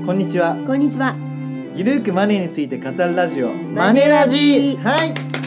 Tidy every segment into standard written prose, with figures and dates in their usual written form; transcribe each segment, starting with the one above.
こんにちは。 こんにちは。 ゆるーくマネーについて語るラジオマネラジはい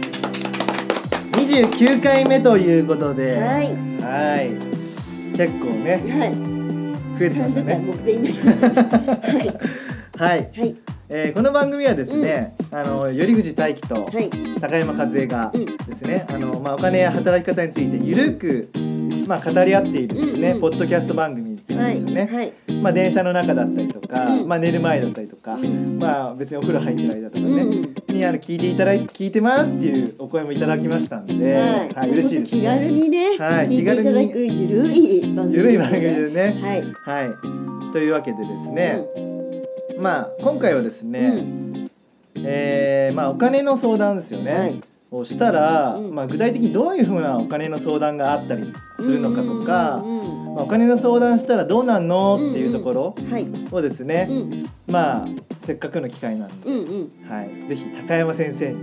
。29回目ということで、 はい結構ね、増えてました 30回ね。 目前になりましたね。 はい。 はい。 この番組はですね、頼藤大樹とはい。 高山和恵がですね、お金や働き方についてゆるく語り合っているですね、ポッドキャスト番組なんですよね。 はい。 電車の中だったりとか、寝る前だったりとか、別にお風呂入ってる間とかね、に聞いてますっていうお声もいただきましたんで、はい、嬉しいですね。 気軽にね、聞いていただくゆるい番組でね。 はい。 というわけでですね、今回はですね、お金の相談ですよね。をしたら、具体的にどういうふうなお金の相談があったりするのかとか、お金の相談したらどうなんのっていうところをですね、せっかくの機会なんで、ぜひ高山先生に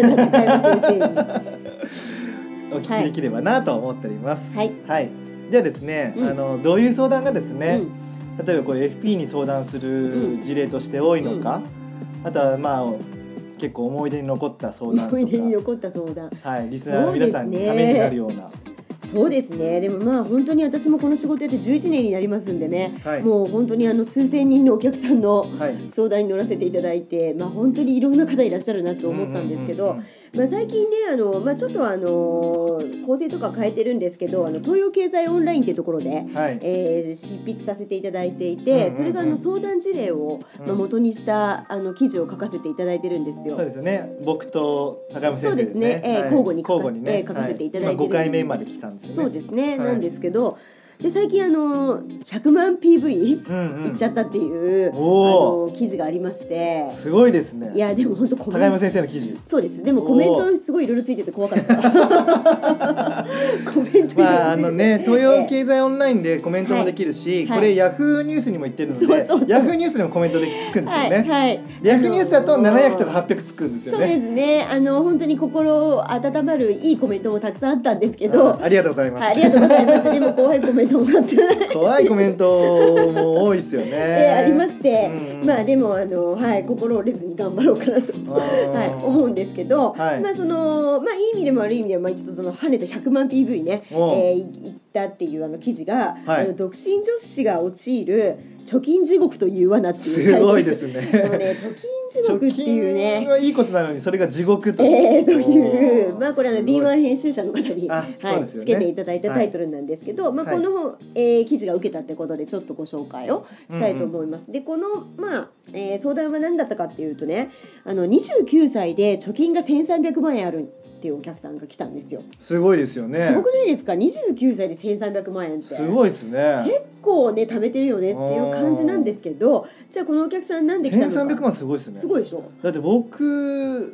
お聞きできればなと思っております。ではですね、どういう相談がですね、例えばこう FP に相談する事例として多いのか、あとは結構思い出に残った相談とか、リスナーの皆さんにためになるような。 そうですね。でも本当に私もこの仕事やって11年になりますんでね、もう本当に数千人のお客さんの相談に乗らせていただいて、本当にいろんな方いらっしゃるなと思ったんですけど、最近ねちょっと構成とか変えてるんですけど、東洋経済オンラインっていうところで、執筆させていただいていて、それが相談事例を元にした記事を書かせていただいてるんですよ。 そうですよね。僕と高山先生そうですね。交互に書かせていただいてる。 5回目まで来たんですよね。 そうですね。なんですけど。で最近100万 PV いっちゃったっていう記事がありまして、 すごいですね。 いやでも本当高山先生の記事。 そうです。でもコメントすごいいろいろついてて怖かった。コメント東洋経済オンラインでコメントもできるし、これヤフーニュースにも言ってるので、ヤフーニュースでもコメントでつくんですよね。ヤフーニュースだと700とか800つくんですよね。 そうですね。本当に心温まるいいコメントもたくさんあったんですけど、 ありがとうございます。 ありがとうございます。でも怖いコメントもあって、 怖いコメントも多いですよね。 ありまして、でも心折れずに頑張ろうかなと思うんですけど、いい意味でも悪い意味でもちょっと跳ねた100万 PV ね、いったっていう記事が、独身女子が陥る貯金地獄という罠っていうすごいですね。 貯金地獄っていうね。 貯金はいいことなのにそれが地獄というこれB1 編集者の方につけていただいたタイトルなんですけど、この記事が受けたってことでちょっとご紹介をしたいと思います。でこの相談は何だったかっていうとね、29歳で貯金が1300万円あるっていうお客さんが来たんですよ。 すごいですよね。 すごくないですか。29歳で1300万円ってすごいですね。 結構ね貯めてるよねっていう感じなんですけど、じゃあこのお客さんなんで来たのか。 1300万すごいですね。 すごいでしょ。 だって僕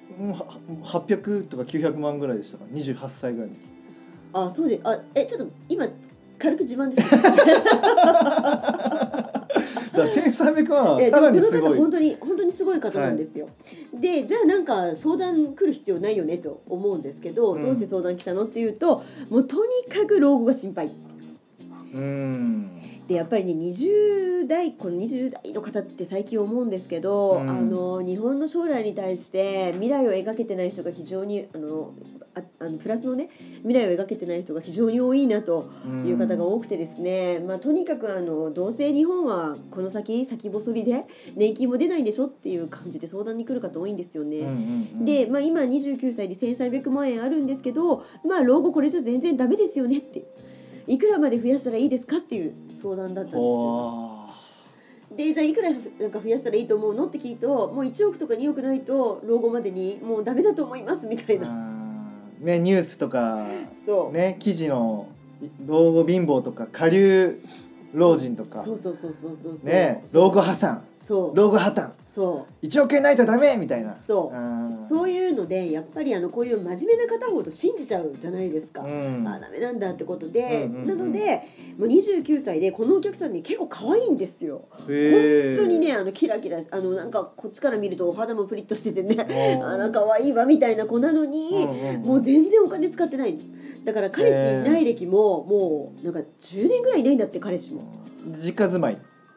800とか900万ぐらいでしたから28歳ぐらいの時。 あ、そうで、ちょっと今軽く自慢です。 だ1300万はさらにすごい。 本当にすごい方なんですよ。でじゃあなんか相談来る必要ないよねと思うんですけど、どうして相談来たのっていうと、もうとにかく老後が心配。でやっぱりねこの20代の方って最近思うんですけど、日本の将来に対して未来を描けてない人が非常にプラスのね未来を描けてない人が非常に多いなという方が多くてですね、とにかくどうせ日本はこの先細りで年金も出ないんでしょっていう感じで相談に来る方多いんですよね。で、今29歳で1300万円あるんですけど、老後これじゃ全然ダメですよねって、いくらまで増やしたらいいですかっていう相談だったんですよ。でじゃあいくらなんか増やしたらいいと思うのって聞いると、もう1億とか2億ないと老後までにもうダメだと思いますみたいな。 ね、ニュースとかね、記事の老後貧乏とか下流老人とか、ね、老後破産、老後破綻、1億円ないとダメみたいな、そういうのでやっぱりこういう真面目な方ほど信じちゃうじゃないですか。ダメなんだってことで、なのでもう29歳でこのお客さんに結構可愛いんですよ。本当にねキラキラなんかこっちから見るとお肌もプリッとしててね、可愛いわみたいな子なのに、もう全然お金使ってない。だから彼氏いない歴ももうなんか10年ぐらいいないんだって。彼氏も実家住まい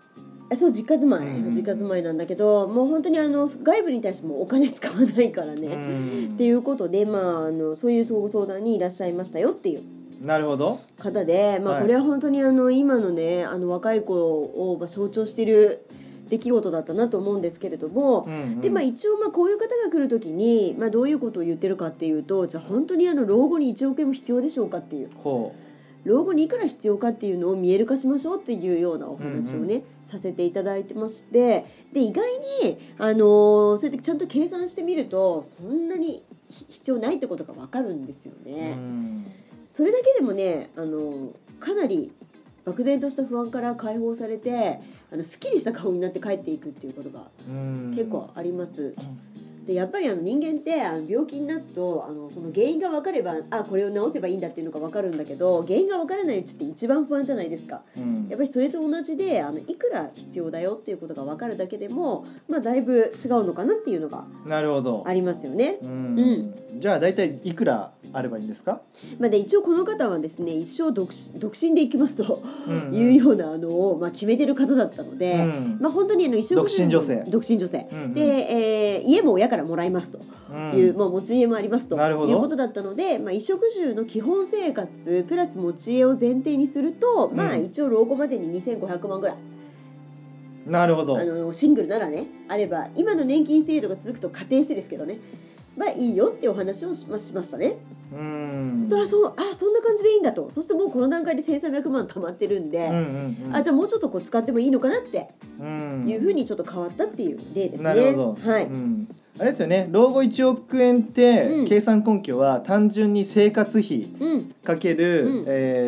そう実家住まい、実家住まいなんだけど、もう本当に外部に対してもお金使わないからね、っていうことで、そういうご相談にいらっしゃいましたよっていうなるほど方で、これは本当に今のね若い子を象徴している出来事だったなと思うんですけれども、で一応こういう方が来る時に、どういうことを言ってるかっていうと、じゃあ本当に老後に1億円も必要でしょうかっていう、老後にいくら必要かっていうのを見える化しましょうっていうようなお話をね、させていただいてまして、で意外にそうやってちゃんと計算してみるとそんなに必要ないってことが分かるんですよね。それだけでもねかなり漠然とした不安から解放されてすっきりした顔になって帰っていくっていうことが結構あります。でやっぱり人間って病気になるとその原因が分かればこれを治せばいいんだっていうのが分かるんだけど、原因が分からないうちって一番不安じゃないですか。やっぱりそれと同じでいくら必要だよっていうことが分かるだけでも、だいぶ違うのかなっていうのがありますよね。 じゃあ大体いくらあればいいんですか？ で一応この方はですね、一生独身でいきますというようなを決めてる方だったので、本当に一生独身女性で、家も親からもらいますという、持ち家もありますということだったので、衣食住の基本生活プラス持ち家を前提にすると、一応老後までに2500万ぐらい。 なるほど。 シングルならねあれば、今の年金制度が続くと仮定してですけどね、いいよっていうお話をしましたね。そんな感じでいいんだと。そしてもうこの段階で1300万貯まってるんで、じゃあもうちょっと使ってもいいのかなっていうふうにちょっっと変わったっていう例ですね。 なるほど。はい。あれですよね、老後1億円って計算根拠は単純に生活費かける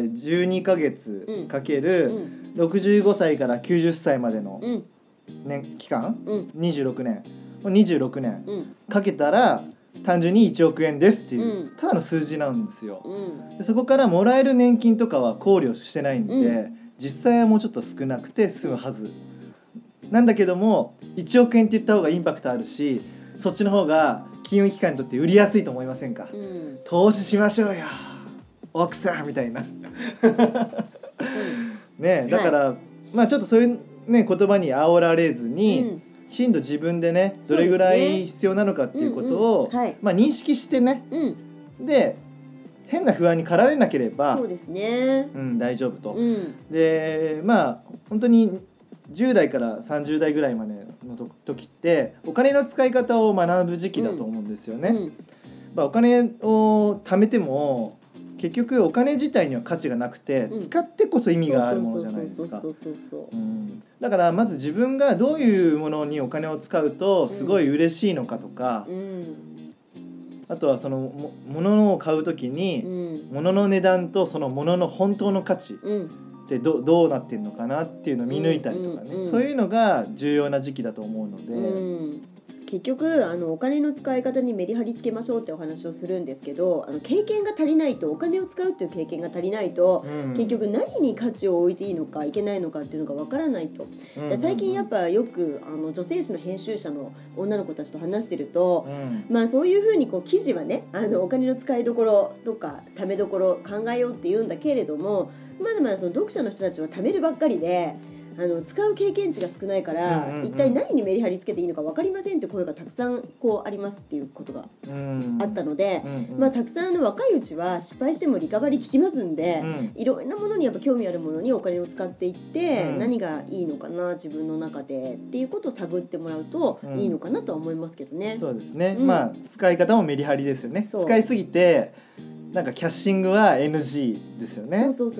12ヶ月かける65歳から90歳までの期間26年かけたら単純に1億円ですっていうただの数字なんですよ。でそこからもらえる年金とかは考慮してないんで、実際はもうちょっと少なくて済むはずなんだけども、1億円って言った方がインパクトあるし、そっちの方が金融機関にとって売りやすいと思いませんか？投資しましょうよ奥さんみたいなね、だから、ちょっとそういうね言葉に煽られずに、きちんと自分でねどれぐらい必要なのかっていうことを認識してね、で変な不安に駆られなければそうですね、 大丈夫と。で本当に10代から30代ぐらいまでの時ってお金の使い方を学ぶ時期だと思うんですよね。お金を貯めても結局お金自体には価値がなくて、使ってこそ意味があるものじゃないですか。だからまず自分がどういうものにお金を使うとすごい嬉しいのかとか、あとはその物を買う時に物の値段とその物の本当の価値でどうなってんのかなっていうのを見抜いたりとかね、そういうのが重要な時期だと思うので、 結局お金の使い方にメリハリつけましょうってお話をするんですけど、経験が足りないと、お金を使うっていう経験が足りないと、結局何に価値を置いていいのかいけないのかっていうのがわからないと。で最近やっぱよく女性誌の編集者の女の子たちと話してると、そういうふうに記事はねお金の使いどころとか貯めどころ考えようって言うんだけれども、まだまだその読者の人たちは貯めるばっかりで使う経験値が少ないから、一体何にメリハリつけていいのか分かりませんって声がたくさんありますっていうことがあったので、たくさん若いうちは失敗してもリカバリー効きますんで、いろんなものにやっぱ興味あるものにお金を使っていって、何がいいのかな自分の中でっていうことを探ってもらうといいのかなとは思いますけどね。 そうですね、使い方もメリハリですよね。使いすぎてなんかキャッシングは NG ですよね。そう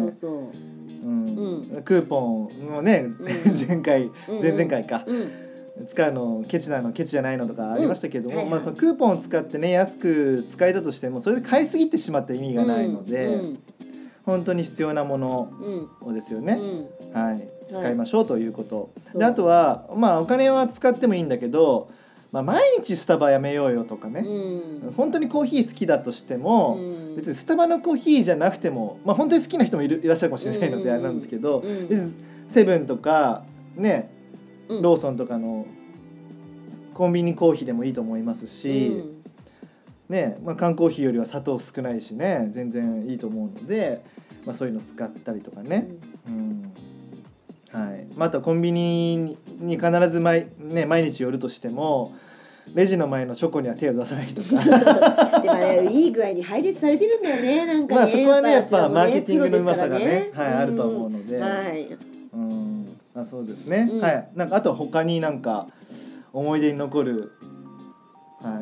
クーポンもね、前々回か、使うのケチなのケチじゃないのとかありましたけども、そのクーポンを使ってね安く使えたとしてもそれで買いすぎてしまった意味がないので、本当に必要なものをですよね、使いましょうということ、であとはお金は使ってもいいんだけど、毎日スタバやめようよとかね、本当にコーヒー好きだとしても、別にスタバのコーヒーじゃなくても、本当に好きな人もいらっしゃるかもしれないのであれなんですけど、別にセブンとかねローソンとかのコンビニコーヒーでもいいと思いますし、缶コーヒーよりは砂糖少ないしね全然いいと思うので、そういうの使ったりとかね、 はいまあ、あとコンビニに必ず毎日寄るとしてもレジの前のチョコには手を出さないとかでもねいい具合に配列されてるんだよねなんかね。 まあそこはねやっぱマーケティングのうまさがね、はい、あると思うので、 はい、 まあ、そうですね、はい、なんかあと他になんか思い出に残る、はい、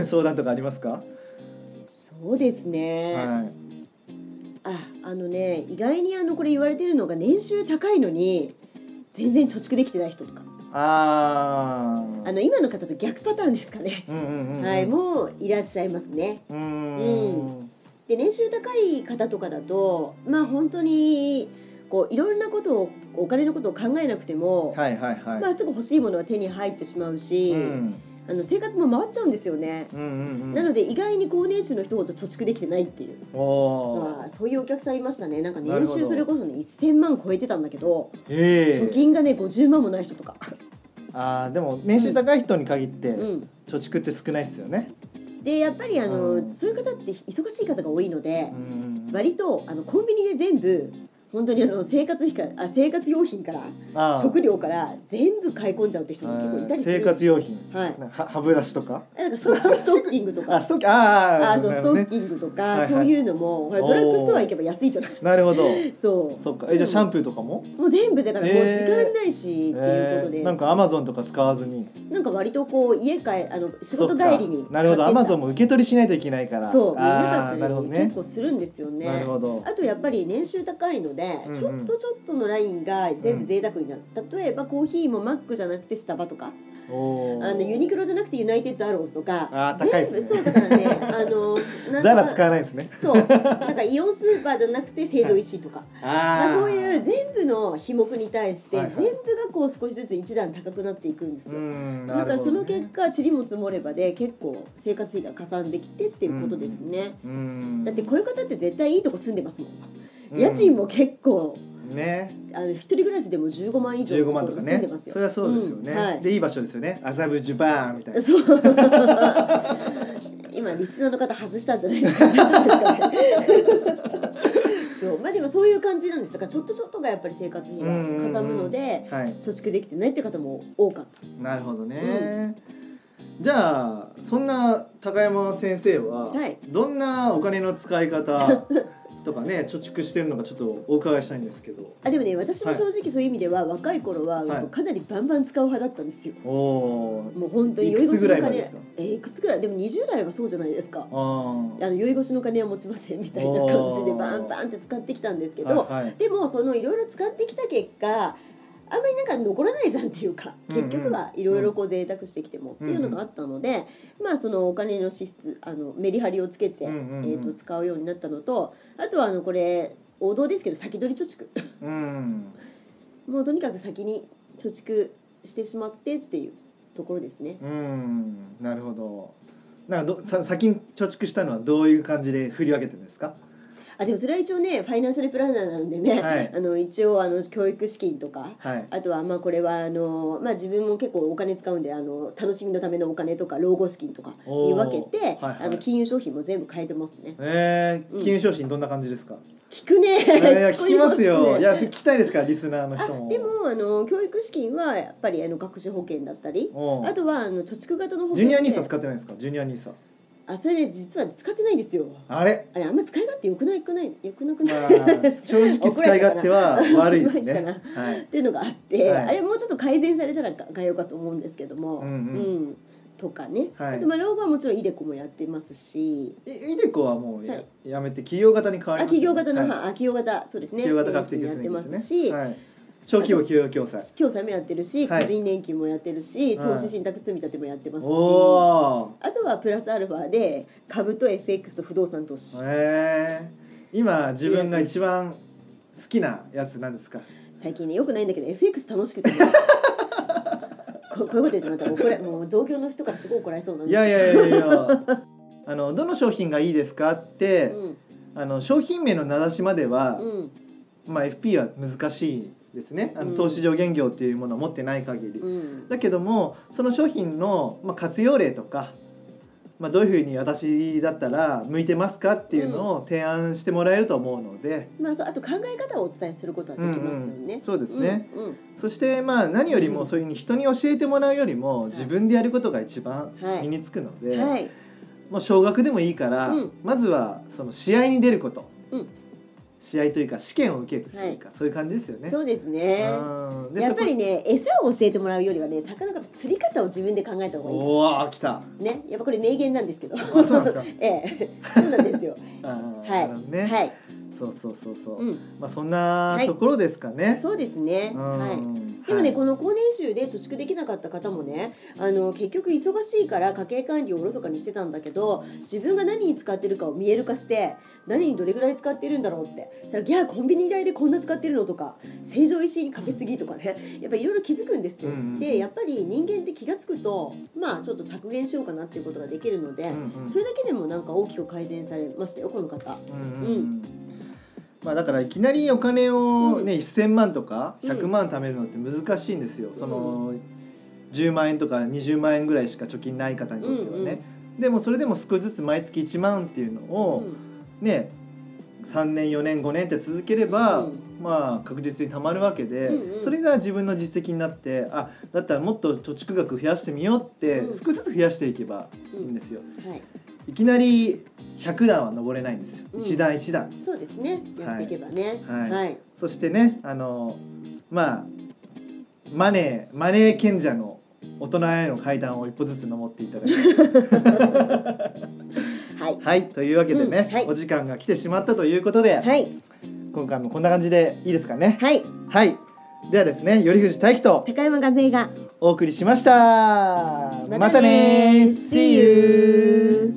相談とかありますか？ そうですね、 はい、 意外にこれ言われてるのが年収高いのに全然貯蓄できてない人とか今の方と逆パターンですかね、はい、もういらっしゃいますね。で年収高い方とかだとまあ本当にこういろんなことをお金のことを考えなくても、まあ、すぐ欲しいものは手に入ってしまうし、生活も回っちゃうんですよね、なので意外に高年収の人ほど貯蓄できてないっていう、そういうお客さんいましたね。なんか年収それこそね1000万超えてたんだけど、貯金がね50万もない人とかでも年収高い人に限って貯蓄って少ないですよね。 でやっぱりそういう方って忙しい方が多いので、割とコンビニで全部本当に生活用品から食料から全部買い込んじゃうって人も結構いたりする。 生活用品、 はい、 歯ブラシとかなんかストッキングとかストッキングとか、そういうのもドラッグストア行けば安いじゃない。 なるほど。 そっか。じゃあシャンプーとかも全部だからもう時間ないしっていうことで、 なんかアマゾンとか使わずになんか割とこう仕事帰りになるほど。アマゾンも受け取りしないといけないから、 そう見なかったり結構するんですよね。 なるほど。 あとやっぱり年収高いので、ちょっとのラインが全部贅沢になる、例えばコーヒーもマックじゃなくてスタバとか、ユニクロじゃなくてユナイテッドアローズとか、 高いですね。 そうだからねザラ使わないですね。 そうなんかイオンスーパーじゃなくて成城石井とか、そういう全部の品目に対して全部がこう少しずつ一段高くなっていくんですよ。だからその結果塵も積もればで結構生活費がかさんできてっていうことですね。だってこういう方って絶対いいとこ住んでますもん。家賃も結構ね、一人暮らしでも15万以上のところに住んでますよ。 それはそうですよね。でいい場所ですよね。麻布ジュバーンみたいな。 そう今リスナーの方外したんじゃないですか。そうまあでもそういう感じなんです。だからちょっとがやっぱり生活費がかさむので、貯蓄できてないって方も多かった。 なるほどね。じゃあそんな高山先生はどんなお金の使い方とかね貯蓄してるのかちょっとお伺いしたいんですけど。 でもね私も正直そういう意味では、若い頃はかなりバンバン使う派だったんですよ。もう本当に酔い越しの金いくつぐらいでも20代はそうじゃないですか。酔い越しの金は持ちませんみたいな感じでバンバンって使ってきたんですけど、でもそのいろいろ使ってきた結果あんまりなんか残らないじゃんっていうか、結局はいろいろこう贅沢してきてもっていうのがあったので、まあそのお金の支出メリハリをつけて使うようになったのと、あとはこれ王道ですけど先取り貯蓄もうとにかく先に貯蓄してしまってっていうところですね。 なるほど。なんか先に貯蓄したのはどういう感じで振り分けてるんですか？ でもそれは一応ねファイナンシャルプランナーなんでね、一応教育資金とか、あとはまあこれは自分も結構お金使うんで楽しみのためのお金とか老後資金とかに分けて、金融商品も全部変えてますね。 金融商品どんな感じですか？ 聞くね。 聞きますよ。いや聞きたいですからリスナーの人も。 でも教育資金はやっぱり学資保険だったり、あとは貯蓄型の保険で。 ジュニアニーサ使ってないですか？ジュニアニーサ。 それで実は使ってないんですよ。あれあんま使い勝手よくなくない？ 正直使い勝手は悪いですね。 っていうのがあって、あれもうちょっと改善されたら変えようかと思うんですけども、とかね。あと老後はもちろんイデコもやってますし。 イデコはもうやめて企業型に変わりました。 企業型の企業型そうですね。 企業型確定拠出やってますし。 小規模給与共済もやってるし、個人年金もやってるし、投資信託積み立てもやってますし、あとはプラスアルファで株と FX と不動産投資。 今自分が一番好きなやつなんですか？ 最近ねよくないんだけど FX 楽しくて、こういうこと言ってまたもう同業の人からすごい怒られそうなんですけど。いやどの商品がいいですかって、商品名の名指しまでは、FP は難しいですね。投資上限業っていうものを持ってない限り、だけどもその商品の、活用例とかどういうふうに私だったら向いてますかっていうのを提案してもらえると思うので、 あと考え方をお伝えすることはできますよね。 そうですね、そして何よりもそういうふうに人に教えてもらうよりも自分でやることが一番身につくので、もう少額でもいいから、まずはその試合に出ること、試合というか試験を受けるというか、そういう感じですよね。 そうですね。やっぱりね、餌を教えてもらうよりはね、魚が釣り方を自分で考えた方がいい。 おー、来たね、やっぱこれ名言なんですけど。 そうなんですか。 そうなんですよ。 はい。そう、そんなところですかね。 そうですね。でもね、この高年収で貯蓄できなかった方もね、結局忙しいから家計管理をおろそかにしてたんだけど、自分が何に使ってるかを見える化して、何にどれぐらい使ってるんだろうって、そしたらコンビニ代でこんな使ってるのとか、成城石井にかけすぎとかね、やっぱりいろいろ気づくんですよ。でやっぱり人間って気が付くと、ちょっと削減しようかなっていうことができるので、それだけでもなんか大きく改善されましたよ、この方。 だからいきなりお金をね、1000万とか100万貯めるのって難しいんですよ。その10万円とか20万円ぐらいしか貯金ない方にとってはね。でもそれでも少しずつ毎月1万っていうのをね、3年4年5年って続ければ、確実に貯まるわけで、それが自分の実績になって、だったらもっと貯蓄額増やしてみようって少しずつ増やしていけばいいんですよ。いきなり100段は登れないんですよ。一段一段。 そうですね。やっていけばね。 そしてね、マネー賢者の大人への階段を一歩ずつ登っていただいてはい、というわけでね、お時間が来てしまったということで、今回もこんな感じでいいですかね。ではですね、頼藤大樹と高山和恵がお送りしました。またね See you。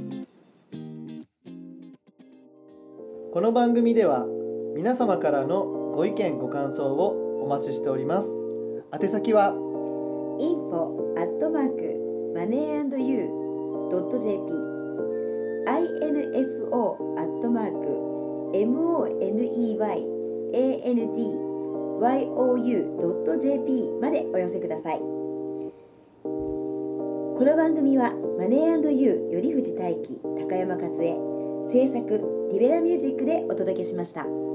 この番組では皆様からのご意見ご感想をお待ちしております。宛先は info@moneyandyou.jp info@moneyandyou.jp までお寄せください。この番組はマネー&ユー頼藤大樹、高山和恵、制作リベラミュージックでお届けしました。